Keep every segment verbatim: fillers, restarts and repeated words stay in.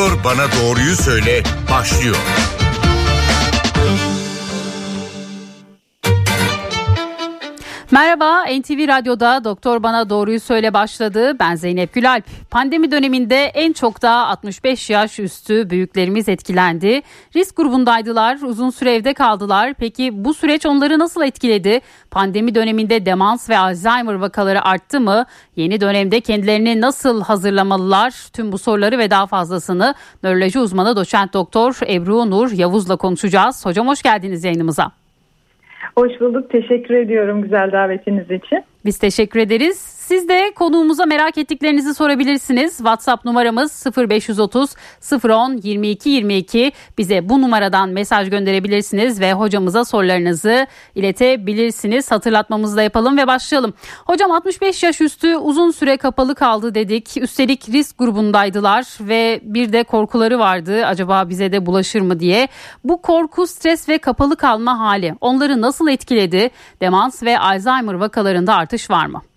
Doktor Bana Doğruyu Söyle başlıyor. Merhaba, N T V Radyo'da Doktor Bana Doğruyu Söyle başladı. Ben Zeynep Gülalp. Pandemi döneminde en çok da altmış beş yaş üstü büyüklerimiz etkilendi. Risk grubundaydılar, uzun süre evde kaldılar. Peki bu süreç onları nasıl etkiledi? Pandemi döneminde demans ve Alzheimer vakaları arttı mı? Yeni dönemde kendilerini nasıl hazırlamalılar? Tüm bu soruları ve daha fazlasını nöroloji uzmanı doçent doktor Ebru Nur Yavuz'la konuşacağız. Hocam hoş geldiniz yayınımıza. Hoş bulduk. Teşekkür ediyorum güzel davetiniz için. Biz teşekkür ederiz. Siz de konuğumuza merak ettiklerinizi sorabilirsiniz. WhatsApp numaramız sıfır beş yüz otuz sıfır on yirmi iki yirmi iki. Bize bu numaradan mesaj gönderebilirsiniz ve hocamıza sorularınızı iletebilirsiniz. Hatırlatmamızı da yapalım ve başlayalım. Hocam altmış beş yaş üstü uzun süre kapalı kaldı dedik. Üstelik risk grubundaydılar ve bir de korkuları vardı. Acaba bize de bulaşır mı diye. Bu korku, stres ve kapalı kalma hali onları nasıl etkiledi? Demans ve Alzheimer vakalarında artış var mı?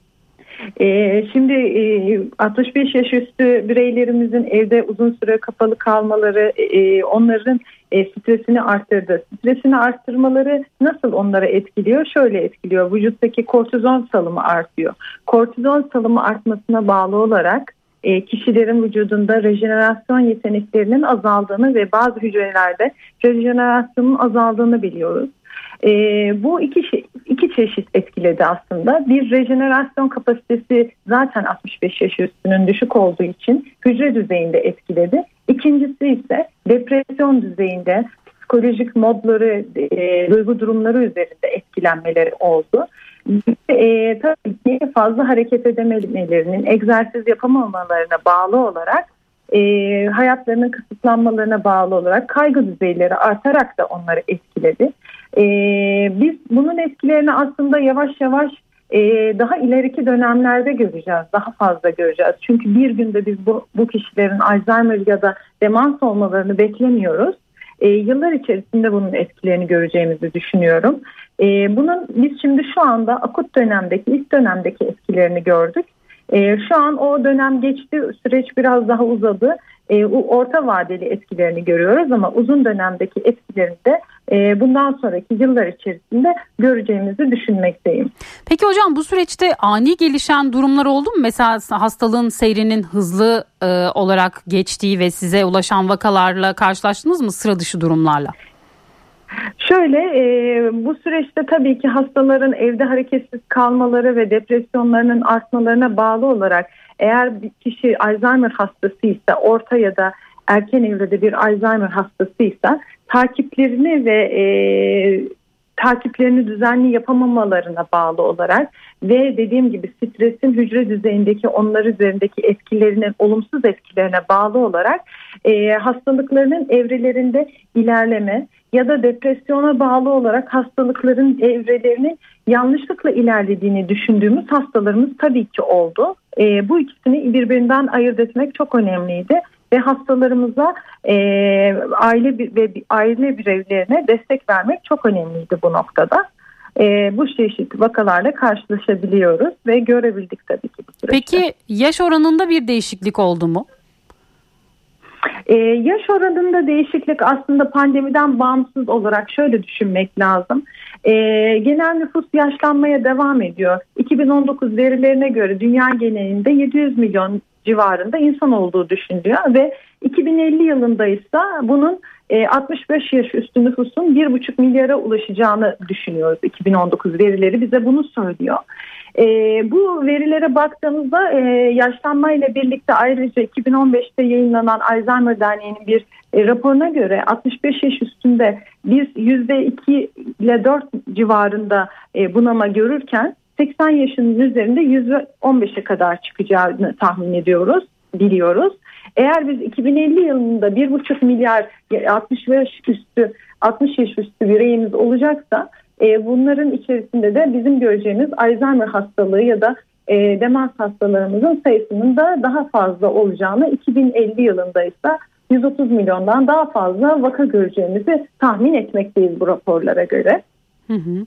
Ee, şimdi e, altmış beş yaş üstü bireylerimizin evde uzun süre kapalı kalmaları e, onların e, stresini arttırdı. Stresini arttırmaları nasıl onları etkiliyor? Şöyle etkiliyor. Vücuttaki kortizon salımı artıyor. Kortizon salımı artmasına bağlı olarak e, kişilerin vücudunda rejenerasyon yeteneklerinin azaldığını ve bazı hücrelerde rejenerasyonun azaldığını biliyoruz. E, bu iki şey, iki çeşit etkiledi aslında. Bir, rejenerasyon kapasitesi zaten altmış beş yaş üstünün düşük olduğu için hücre düzeyinde etkiledi. İkincisi ise depresyon düzeyinde psikolojik modları, e, duygu durumları üzerinde etkilenmeleri oldu. E, tabii ki fazla hareket edememelerinin, egzersiz yapamamalarına bağlı olarak, e, hayatlarının kısıtlanmalarına bağlı olarak kaygı düzeyleri artarak da onları etkiledi. Ee, biz bunun etkilerini aslında yavaş yavaş e, daha ileriki dönemlerde göreceğiz, daha fazla göreceğiz. Çünkü bir günde biz bu, bu kişilerin Alzheimer ya da demans olmalarını beklemiyoruz. E, yıllar içerisinde bunun etkilerini göreceğimizi düşünüyorum. E, bunun biz şimdi şu anda akut dönemdeki, ilk dönemdeki etkilerini gördük. E, şu an o dönem geçti, süreç biraz daha uzadı. E, orta vadeli etkilerini görüyoruz ama uzun dönemdeki etkilerini de e, bundan sonraki yıllar içerisinde göreceğimizi düşünmekteyim. Peki hocam, bu süreçte ani gelişen durumlar oldu mu? Mesela hastalığın seyrinin hızlı e, olarak geçtiği ve size ulaşan vakalarla karşılaştınız mı, sıra dışı durumlarla? Şöyle e, bu süreçte tabii ki hastaların evde hareketsiz kalmaları ve depresyonlarının artmalarına bağlı olarak, eğer bir kişi Alzheimer hastasıysa, orta ya da erken evrede bir Alzheimer hastasıysa takiplerini ve e, takiplerini düzenli yapamamalarına bağlı olarak ve dediğim gibi stresin hücre düzeyindeki onlar üzerindeki etkilerinin, olumsuz etkilerine bağlı olarak e, hastalıklarının evrelerinde ilerleme ya da depresyona bağlı olarak hastalıkların evrelerinin yanlışlıkla ilerlediğini düşündüğümüz hastalarımız tabii ki oldu. E, bu ikisini birbirinden ayırt etmek çok önemliydi ve hastalarımıza e, aile ve aile bireylerine destek vermek çok önemliydi bu noktada. E, bu çeşitli vakalarla karşılaşabiliyoruz ve görebildik tabii ki bu süreçte. Peki yaş oranında bir değişiklik oldu mu? Ee, yaş oranında değişiklik aslında pandemiden bağımsız olarak şöyle düşünmek lazım. Ee, genel nüfus yaşlanmaya devam ediyor. iki bin on dokuz verilerine göre dünya genelinde yedi yüz milyon civarında insan olduğu düşünülüyor ve iki bin elli yılında ise bunun e, altmış beş yaş üstü nüfusun bir buçuk milyara ulaşacağını düşünüyoruz. iki bin on dokuz verileri bize bunu söylüyor. E, bu verilere baktığımızda e, yaşlanmayla birlikte ayrıca iki bin on beşte yayınlanan Alzheimer Derneği'nin bir e, raporuna göre altmış beş yaş üstünde biz yüzde iki ile dört civarında e, bunama görürken seksen yaşının üzerinde yüzde on beşe kadar çıkacağını tahmin ediyoruz, biliyoruz. Eğer biz iki bin elli yılında bir buçuk milyar altmış yaş üstü altmış yaş üstü bireyimiz olacaksa e, bunların içerisinde de bizim göreceğimiz Alzheimer hastalığı ya da e, demans hastalarımızın sayısının da daha fazla olacağını, iki bin elli yılında ise yüz otuz milyondan daha fazla vaka göreceğimizi tahmin etmekteyiz bu raporlara göre. Hı hı.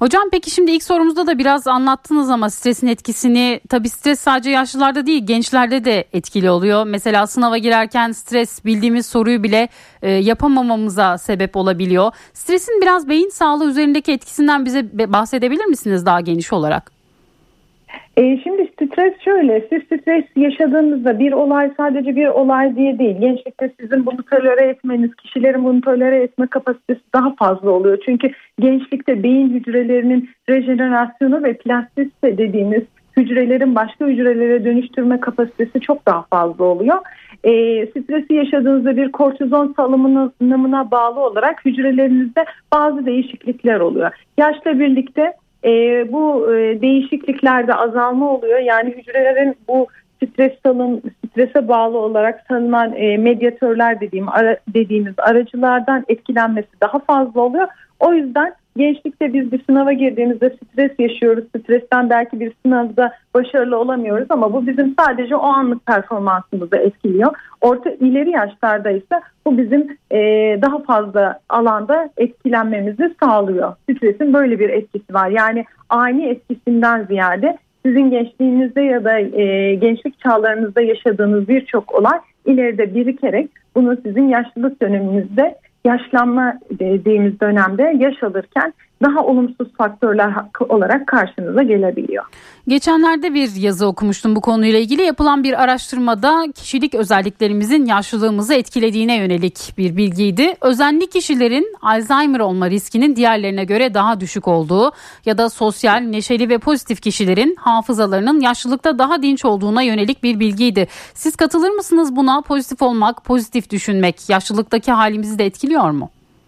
Hocam peki şimdi ilk sorumuzda da biraz anlattınız ama stresin etkisini, tabii stres sadece yaşlılarda değil gençlerde de etkili oluyor. Mesela sınava girerken stres bildiğimiz soruyu bile e, yapamamamıza sebep olabiliyor. Stresin biraz beyin sağlığı üzerindeki etkisinden bize bahsedebilir misiniz daha geniş olarak? E, şimdi stres şöyle, siz stres yaşadığınızda bir olay sadece bir olay diye değil. Gençlikte sizin bunu tolere etmeniz, kişilerin bunu tolere etme kapasitesi daha fazla oluyor. Çünkü gençlikte beyin hücrelerinin rejenerasyonu ve plastisite dediğimiz hücrelerin başka hücrelere dönüştürme kapasitesi çok daha fazla oluyor. E, stresi yaşadığınızda bir kortizon salınımına bağlı olarak hücrelerinizde bazı değişiklikler oluyor. Yaşla birlikte E, bu e, değişikliklerde azalma oluyor. Yani hücrelerin bu stres salın, strese bağlı olarak salınan e, medyatörler dediğim ara, dediğimiz aracılardan etkilenmesi daha fazla oluyor. O yüzden gençlikte biz bir sınava girdiğimizde stres yaşıyoruz. Stresten belki bir sınavda başarılı olamıyoruz ama bu bizim sadece o anlık performansımızı etkiliyor. Orta ileri yaşlarda ise bu bizim e, daha fazla alanda etkilenmemizi sağlıyor. Stresin böyle bir etkisi var. Yani ani etkisinden ziyade sizin gençliğinizde ya da e, gençlik çağlarınızda yaşadığınız birçok olay ileride birikerek bunu sizin yaşlılık döneminizde, yaşlanma dediğimiz dönemde yaş alırken daha olumsuz faktörler olarak karşınıza gelebiliyor. Geçenlerde bir yazı okumuştum bu konuyla ilgili. Yapılan bir araştırmada kişilik özelliklerimizin yaşlılığımızı etkilediğine yönelik bir bilgiydi. Özenli kişilerin Alzheimer olma riskinin diğerlerine göre daha düşük olduğu ya da sosyal, neşeli ve pozitif kişilerin hafızalarının yaşlılıkta daha dinç olduğuna yönelik bir bilgiydi. Siz katılır mısınız buna? Pozitif olmak, pozitif düşünmek yaşlılıktaki halimizi de etkiliyor mu?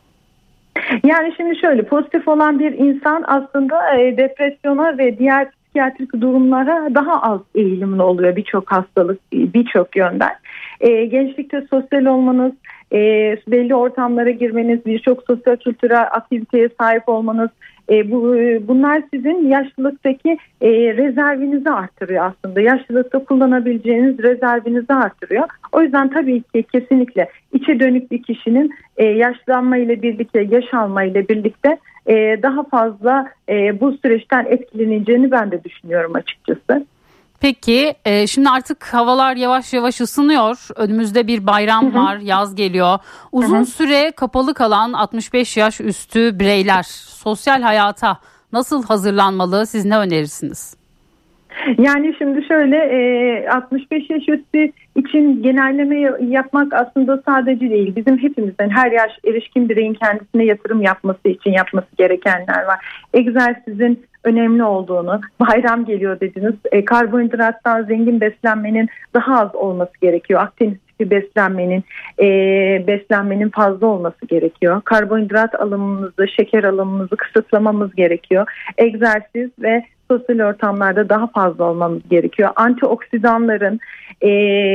Yani şimdi şöyle, pozitif olan bir insan aslında e, depresyona ve diğer psikiyatrik durumlara daha az eğilimli oluyor birçok hastalık, birçok yönden. E, gençlikte sosyal olmanız, e, belli ortamlara girmeniz, birçok sosyal kültürel aktiviteye sahip olmanız, e, bu bunlar sizin yaşlılıktaki e, rezervinizi artırıyor aslında. Yaşlılıkta kullanabileceğiniz rezervinizi artırıyor. O yüzden tabii ki kesinlikle içe dönük bir kişinin e, yaşlanma ile birlikte, yaş alma ile birlikte e, daha fazla e, bu süreçten etkileneceğini ben de düşünüyorum açıkçası. Peki e, şimdi artık havalar yavaş yavaş ısınıyor. Önümüzde bir bayram Hı-hı. var, yaz geliyor. Uzun Hı-hı. süre kapalı kalan altmış beş yaş üstü bireyler sosyal hayata nasıl hazırlanmalı? Siz ne önerirsiniz? Yani şimdi şöyle e, altmış beş yaş üstü için genelleme yapmak aslında sadece değil. Bizim hepimizden her yaş erişkin bireyin kendisine yatırım yapması için yapması gerekenler var. Egzersizin önemli olduğunu, bayram geliyor dediniz. E, karbonhidrattan zengin beslenmenin daha az olması gerekiyor. Akdeniz tipi beslenmenin e, beslenmenin fazla olması gerekiyor. Karbonhidrat alımımızı, şeker alımımızı kısıtlamamız gerekiyor. Egzersiz ve sosyal ortamlarda daha fazla olmamız gerekiyor. Antioksidanların e,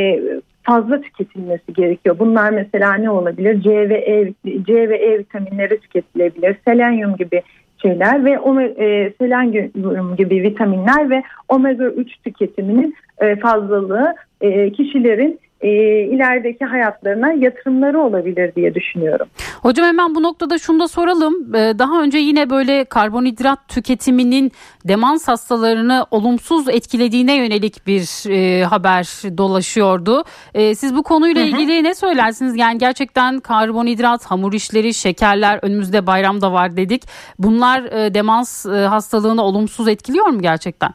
fazla tüketilmesi gerekiyor. Bunlar mesela ne olabilir? C ve E, C ve E vitaminleri tüketilebilir. Selenyum gibi şeyler ve e, selenyum gibi vitaminler ve omega üç tüketiminin e, fazlalığı e, kişilerin e, ilerideki hayatlarına yatırımları olabilir diye düşünüyorum. Hocam hemen bu noktada şunu da soralım. Daha önce yine böyle karbonhidrat tüketiminin demans hastalarını olumsuz etkilediğine yönelik bir e, haber dolaşıyordu. E, siz bu konuyla hı hı. ilgili ne söylersiniz? Yani gerçekten karbonhidrat, hamur işleri, şekerler, önümüzde bayram da var dedik. Bunlar e, demans e, hastalığını olumsuz etkiliyor mu gerçekten?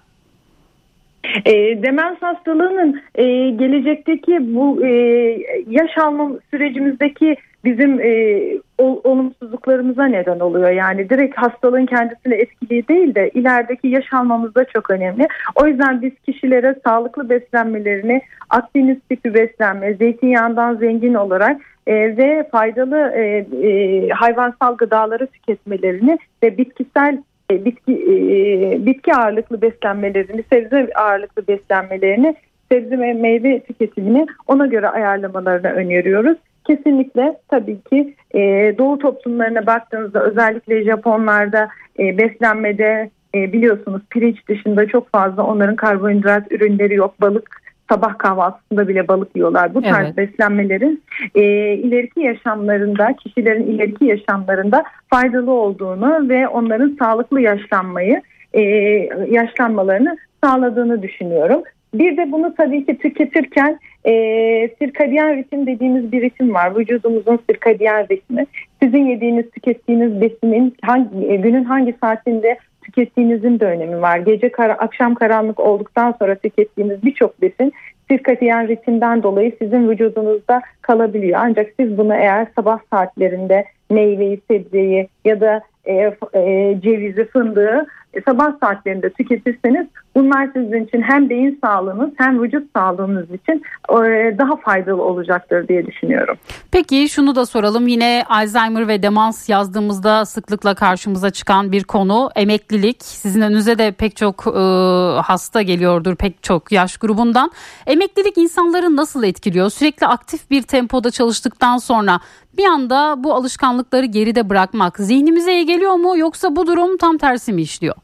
E, demans hastalığının e, gelecekteki bu e, yaş alma sürecimizdeki bizim e, ol, olumsuzluklarımıza neden oluyor. Yani direkt hastalığın kendisini etkili değil de ilerideki yaş almamız da çok önemli. O yüzden biz kişilere sağlıklı beslenmelerini, Akdeniz tipi beslenme, zeytinyağından zengin olarak e, ve faydalı e, e, hayvansal gıdaları tüketmelerini ve bitkisel bitki e, bitki ağırlıklı beslenmelerini, sebze ağırlıklı beslenmelerini, sebze ve meyve tüketimini ona göre ayarlamalarını öneriyoruz. Kesinlikle tabii ki e, doğu toplumlarına baktığınızda özellikle Japonlarda e, beslenmede e, biliyorsunuz pirinç dışında çok fazla onların karbonhidrat ürünleri yok. Balık sabah kahvaltısında bile balık yiyorlar. Bu tarz Evet. beslenmelerin e, ileriki yaşamlarında, kişilerin ileriki yaşamlarında faydalı olduğunu ve onların sağlıklı yaşlanmayı, e, yaşlanmalarını sağladığını düşünüyorum. Bir de bunu tabii ki tüketirken e, sirkadiyen ritim dediğimiz bir ritim var. Vücudumuzun sirkadiyen ritmi. Sizin yediğiniz, tükettiğiniz besinin hangi, e, günün hangi saatinde tükettiğinizin de önemi var. Gece kara, akşam karanlık olduktan sonra tükettiğiniz birçok besin sirkadiyen ritimden dolayı sizin vücudunuzda kalabiliyor. Ancak siz bunu eğer sabah saatlerinde meyveyi, sebzeyi ya da e, e, cevizi, fındığı e, sabah saatlerinde tüketirseniz bunlar sizin için hem beyin sağlığınız hem vücut sağlığınız için e, daha faydalı olacaktır diye düşünüyorum. Peki şunu da soralım, yine Alzheimer ve demans yazdığımızda sıklıkla karşımıza çıkan bir konu emeklilik. Sizin önünüze de pek çok e, hasta geliyordur, pek çok yaş grubundan. Emeklilik insanları nasıl etkiliyor? Sürekli aktif bir tempoda çalıştıktan sonra bir anda bu alışkanlıkları geride bırakmak zihnimize iyi geliyor mu, yoksa bu durum tam tersi mi işliyor?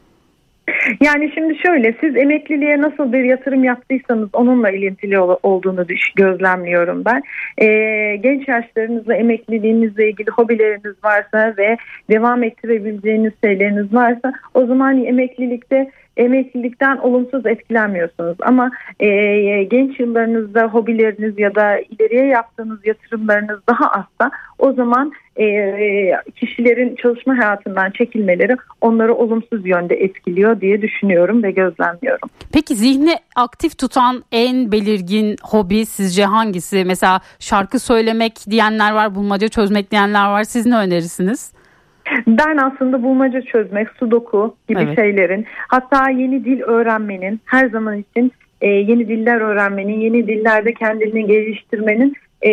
Yani şimdi şöyle, siz emekliliğe nasıl bir yatırım yaptıysanız onunla ilintili olduğunu düş, gözlemliyorum ben. Ee, genç yaşlarınızda emekliliğinizle ilgili hobileriniz varsa ve devam ettirebileceğiniz şeyleriniz varsa o zaman emeklilikte emeklilikten olumsuz etkilenmiyorsunuz. Ama e, genç yıllarınızda hobileriniz ya da ileriye yaptığınız yatırımlarınız daha azsa o zaman e, kişilerin çalışma hayatından çekilmeleri onları olumsuz yönde etkiliyor diye düşünüyorum ve gözlemliyorum. Peki zihni aktif tutan en belirgin hobi sizce hangisi? Mesela şarkı söylemek diyenler var, bulmaca çözmek diyenler var. Siz ne önerirsiniz? Ben aslında bulmaca çözmek, sudoku gibi Evet. şeylerin, hatta yeni dil öğrenmenin, her zaman için e, yeni diller öğrenmenin, yeni dillerde kendini geliştirmenin e,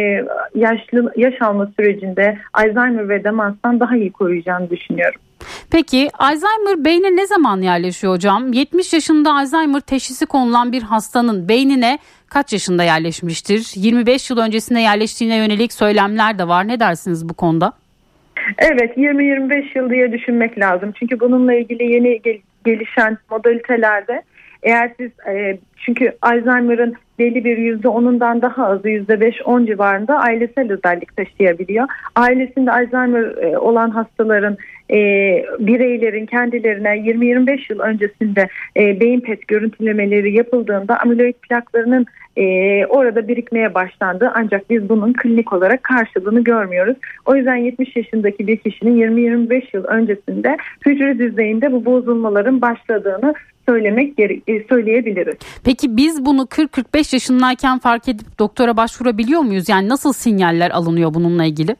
yaşlı yaş alma sürecinde Alzheimer ve demanstan daha iyi koruyacağını düşünüyorum. Peki Alzheimer beyne ne zaman yerleşiyor hocam? yetmiş yaşında Alzheimer teşhisi konulan bir hastanın beynine kaç yaşında yerleşmiştir? yirmi beş yıl öncesine yerleştiğine yönelik söylemler de var. Ne dersiniz bu konuda? Evet, yirmi yirmi beş yıl diye düşünmek lazım. Çünkü bununla ilgili yeni gel- gelişen modalitelerde eğer siz e, çünkü Alzheimer'ın belli bir yüzde onundan daha azı yüzde beş on civarında ailesel özellik taşıyabiliyor. Ailesinde Alzheimer e, olan hastaların e, bireylerin kendilerine yirmi yirmi beş yıl öncesinde e, beyin P E T görüntülemeleri yapıldığında amiloid plaklarının e, orada birikmeye başlandı. Ancak biz bunun klinik olarak karşılığını görmüyoruz. O yüzden yetmiş yaşındaki bir kişinin yirmi yirmi beş yıl öncesinde hücre düzeyinde bu bozulmaların başladığını söylemek söyleyebiliriz. Peki biz bunu kırk kırk beş yaşındayken fark edip doktora başvurabiliyor muyuz? Yani nasıl sinyaller alınıyor bununla ilgili?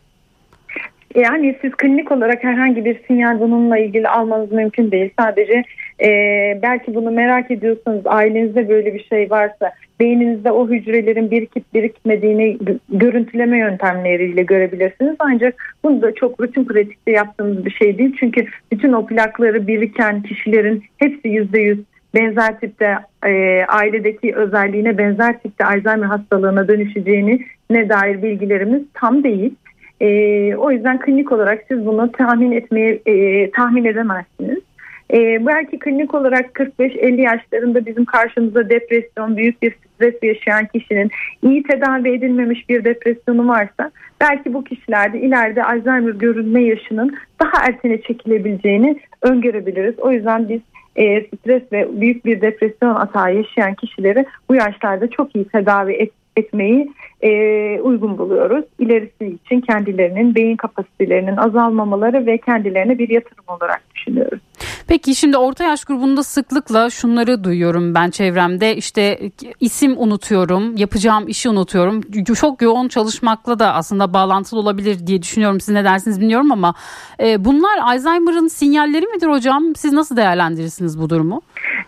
Yani siz klinik olarak herhangi bir sinyal bununla ilgili almanız mümkün değil. Sadece e, belki bunu merak ediyorsanız, ailenizde böyle bir şey varsa, beyninizde o hücrelerin birikip birikmediğini görüntüleme yöntemleriyle görebilirsiniz. Ancak bunu da çok rutin pratikte yaptığımız bir şey değil. Çünkü bütün o plakları biriken kişilerin hepsi yüzde yüz benzer tipte e, ailedeki özelliğine benzer tipte Alzheimer hastalığına dönüşeceğini ne dair bilgilerimiz tam değil. E, o yüzden klinik olarak siz bunu tahmin etmeye e, tahmin edemezsiniz. E, belki klinik olarak kırk beş elli yaşlarında bizim karşımıza depresyon, büyük bir stres yaşayan kişinin iyi tedavi edilmemiş bir depresyonu varsa belki bu kişilerde ileride Alzheimer görülme yaşının daha ertene çekilebileceğini öngörebiliriz. O yüzden biz e, stres ve büyük bir depresyon atağı yaşayan kişileri bu yaşlarda çok iyi tedavi et, etmeyi e, uygun buluyoruz. İlerisi için kendilerinin beyin kapasitelerinin azalmamaları ve kendilerine bir yatırım olarak düşünüyoruz. Peki şimdi orta yaş grubunda sıklıkla şunları duyuyorum ben çevremde, işte isim unutuyorum, yapacağım işi unutuyorum. Çok yoğun çalışmakla da aslında bağlantılı olabilir diye düşünüyorum. Siz ne dersiniz bilmiyorum ama e, bunlar Alzheimer'ın sinyalleri midir hocam? Siz nasıl değerlendirirsiniz bu durumu?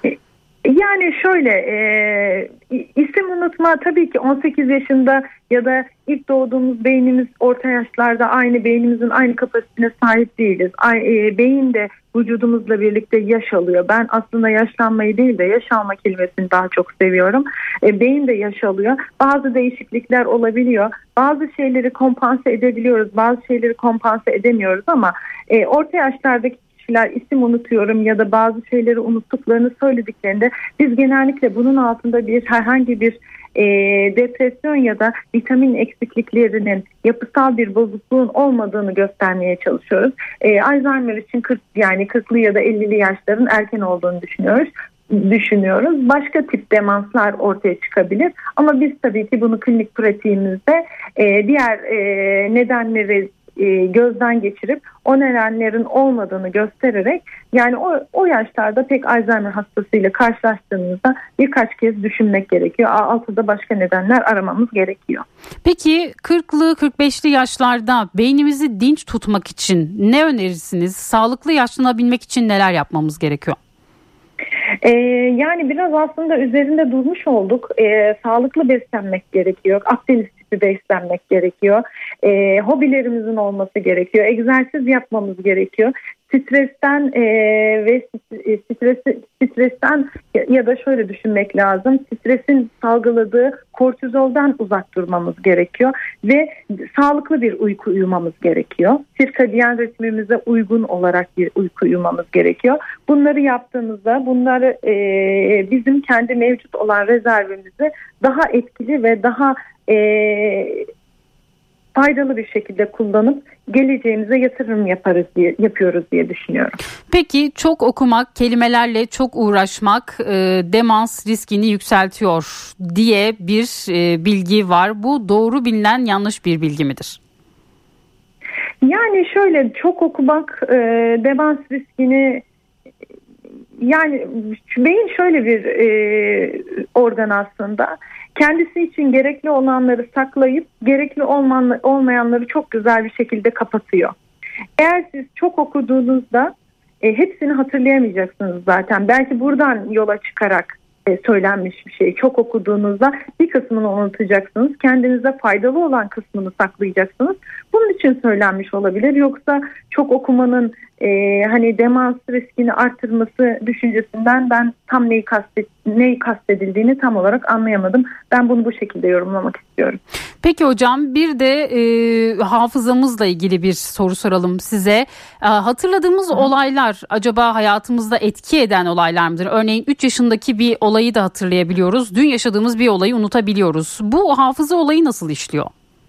Yani şöyle e, isim unutma tabii ki on sekiz yaşında ya da ilk doğduğumuz beynimiz orta yaşlarda aynı beynimizin aynı kapasitesine sahip değiliz. E, beyin de vücudumuzla birlikte yaş alıyor. Ben aslında yaşlanmayı değil de yaş alma kelimesini daha çok seviyorum. E, beyin de yaş alıyor. Bazı değişiklikler olabiliyor. Bazı şeyleri kompanse edebiliyoruz. Bazı şeyleri kompanse edemiyoruz ama e, orta yaşlardaki kişiler isim unutuyorum ya da bazı şeyleri unuttuklarını söylediklerinde biz genellikle bunun altında bir herhangi bir e, depresyon ya da vitamin eksikliklerinin, yapısal bir bozukluğun olmadığını göstermeye çalışıyoruz. E, Alzheimer için kırk yani kırklı ya da ellili yaşların erken olduğunu düşünüyoruz. düşünüyoruz. Başka tip demanslar ortaya çıkabilir. Ama biz tabii ki bunu klinik pratiğimizde e, diğer e, nedenleri e, gözden geçirip o nedenlerin olmadığını göstererek yani o, o yaşlarda pek Alzheimer hastasıyla karşılaştığımızda birkaç kez düşünmek gerekiyor. Altıda başka nedenler aramamız gerekiyor. Peki kırklı kırk beşli yaşlarda beynimizi dinç tutmak için ne önerirsiniz? Sağlıklı yaşlanabilmek için neler yapmamız gerekiyor? Ee, yani biraz aslında üzerinde durmuş olduk. Ee, sağlıklı beslenmek gerekiyor. Akdeniz tipi beslenmek gerekiyor. Ee, hobilerimizin olması gerekiyor. Egzersiz yapmamız gerekiyor. Stresten e, ve stresi, stresten ya da şöyle düşünmek lazım. Stresin salgıladığı kortizoldan uzak durmamız gerekiyor ve sağlıklı bir uyku uyumamız gerekiyor. Sirkadiyen ritmimize uygun olarak bir uyku uyumamız gerekiyor. Bunları yaptığımızda bunları e, bizim kendi mevcut olan rezervimizi daha etkili ve daha e, faydalı bir şekilde kullanıp geleceğimize yatırım yaparız diye yapıyoruz diye düşünüyorum. Peki çok okumak, kelimelerle çok uğraşmak e, demans riskini yükseltiyor diye bir e, bilgi var. Bu doğru bilinen yanlış bir bilgi midir? Yani şöyle çok okumak e, demans riskini yani beyin şöyle bir e, organ aslında. Kendisi için gerekli olanları saklayıp gerekli olmayan, olmayanları çok güzel bir şekilde kapatıyor. Eğer siz çok okuduğunuzda e, hepsini hatırlayamayacaksınız zaten. Belki buradan yola çıkarak e, söylenmiş bir şey. Çok okuduğunuzda bir kısmını unutacaksınız. Kendinize faydalı olan kısmını saklayacaksınız. Bunun için söylenmiş olabilir. Yoksa çok okumanın e, hani demans riskini arttırması düşüncesinden ben tam neyi kastet, neyi kastedildiğini tam olarak anlayamadım. Ben bunu bu şekilde yorumlamak istiyorum. Peki hocam bir de e, hafızamızla ilgili bir soru soralım size. E, hatırladığımız Hı. olaylar acaba hayatımızda etki eden olaylar mıdır? Örneğin üç yaşındaki bir olayı da hatırlayabiliyoruz. Dün yaşadığımız bir olayı unutabiliyoruz. Bu hafıza olayı nasıl işliyor?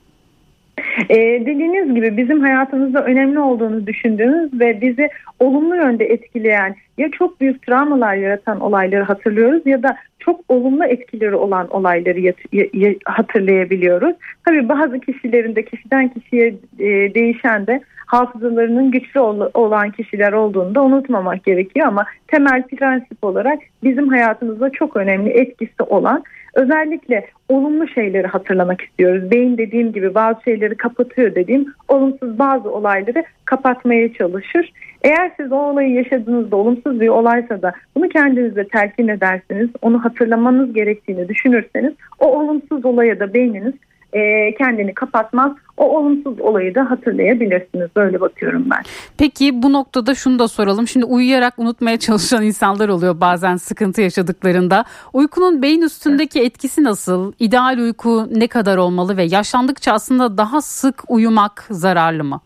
Ee, dediğiniz gibi bizim hayatımızda önemli olduğunu düşündüğümüz ve bizi olumlu yönde etkileyen ya çok büyük travmalar yaratan olayları hatırlıyoruz ya da çok olumlu etkileri olan olayları yat- y- hatırlayabiliyoruz. Tabii bazı kişilerin de kişiden kişiye e, değişen de hafızalarının güçlü ol- olan kişiler olduğunu da unutmamak gerekiyor ama temel prensip olarak bizim hayatımızda çok önemli etkisi olan özellikle olumlu şeyleri hatırlamak istiyoruz. Beyin dediğim gibi bazı şeyleri kapatıyor dediğim olumsuz bazı olayları kapatmaya çalışır. Eğer siz o olayı yaşadığınızda olumsuz bir olaysa da bunu kendinize telkin ederseniz, onu hatırlamanız gerektiğini düşünürseniz o olumsuz olaya da beyniniz e, kendini kapatmaz. O olumsuz olayı da hatırlayabilirsiniz. Böyle bakıyorum ben. Peki bu noktada şunu da soralım. Şimdi uyuyarak unutmaya çalışan insanlar oluyor bazen sıkıntı yaşadıklarında. Uykunun beyin üstündeki etkisi nasıl? İdeal uyku ne kadar olmalı ve yaşlandıkça aslında daha sık uyumak zararlı mı?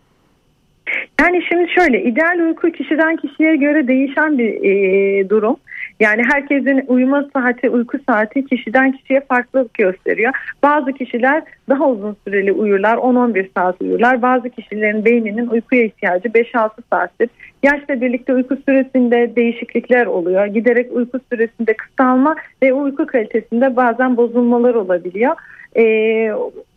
Yani şimdi şöyle ideal uyku kişiden kişiye göre değişen bir e, durum. Yani herkesin uyuma saati, uyku saati kişiden kişiye farklılık gösteriyor. Bazı kişiler daha uzun süreli uyurlar, on on bir saat uyurlar. Bazı kişilerin beyninin uykuya ihtiyacı beş altı saattir. Yaşla birlikte uyku süresinde değişiklikler oluyor. Giderek uyku süresinde kısalma ve uyku kalitesinde bazen bozulmalar olabiliyor. Ee,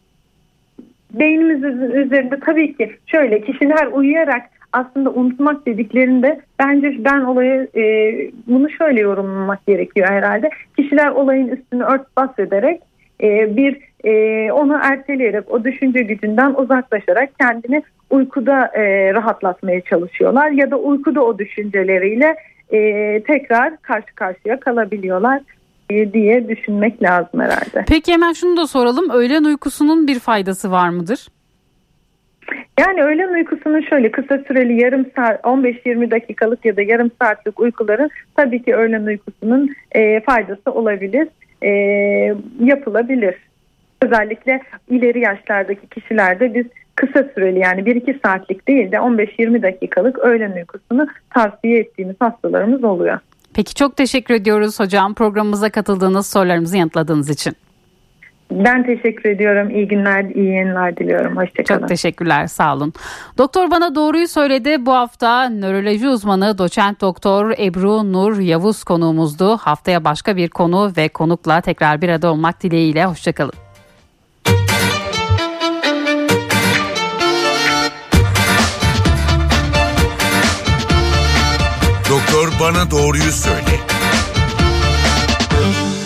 beynimizin üzerinde tabii ki şöyle kişiler uyuyarak aslında unutmak dediklerinde bence ben olayı e, bunu şöyle yorumlamak gerekiyor herhalde. Kişiler olayın üstünü örtbas ederek e, bir e, onu erteleyerek o düşünce gücünden uzaklaşarak kendini uykuda e, rahatlatmaya çalışıyorlar ya da uykuda o düşünceleriyle e, tekrar karşı karşıya kalabiliyorlar e, diye düşünmek lazım herhalde. Peki hemen şunu da soralım. Öğlen uykusunun bir faydası var mıdır? Yani öğlen uykusunun şöyle kısa süreli yarım saat on beş yirmi dakikalık ya da yarım saatlik uykuların tabii ki öğlen uykusunun e, faydası olabilir, e, yapılabilir. Özellikle ileri yaşlardaki kişilerde biz kısa süreli, yani bir iki saatlik değil de on beş yirmi dakikalık öğlen uykusunu tavsiye ettiğimiz hastalarımız oluyor. Peki, çok teşekkür ediyoruz hocam programımıza katıldığınız, sorularımızı yanıtladığınız için. Ben teşekkür ediyorum. İyi günler, iyi yayınlar diliyorum. Hoşçakalın. Çok teşekkürler, sağ olun. Doktor Bana Doğruyu Söyledi. Bu hafta nöroloji uzmanı doçent doktor Ebru Nur Yavuz konuğumuzdu. Haftaya başka bir konu ve konukla tekrar bir arada olmak dileğiyle. Hoşçakalın. Doktor Bana Doğruyu Söyle.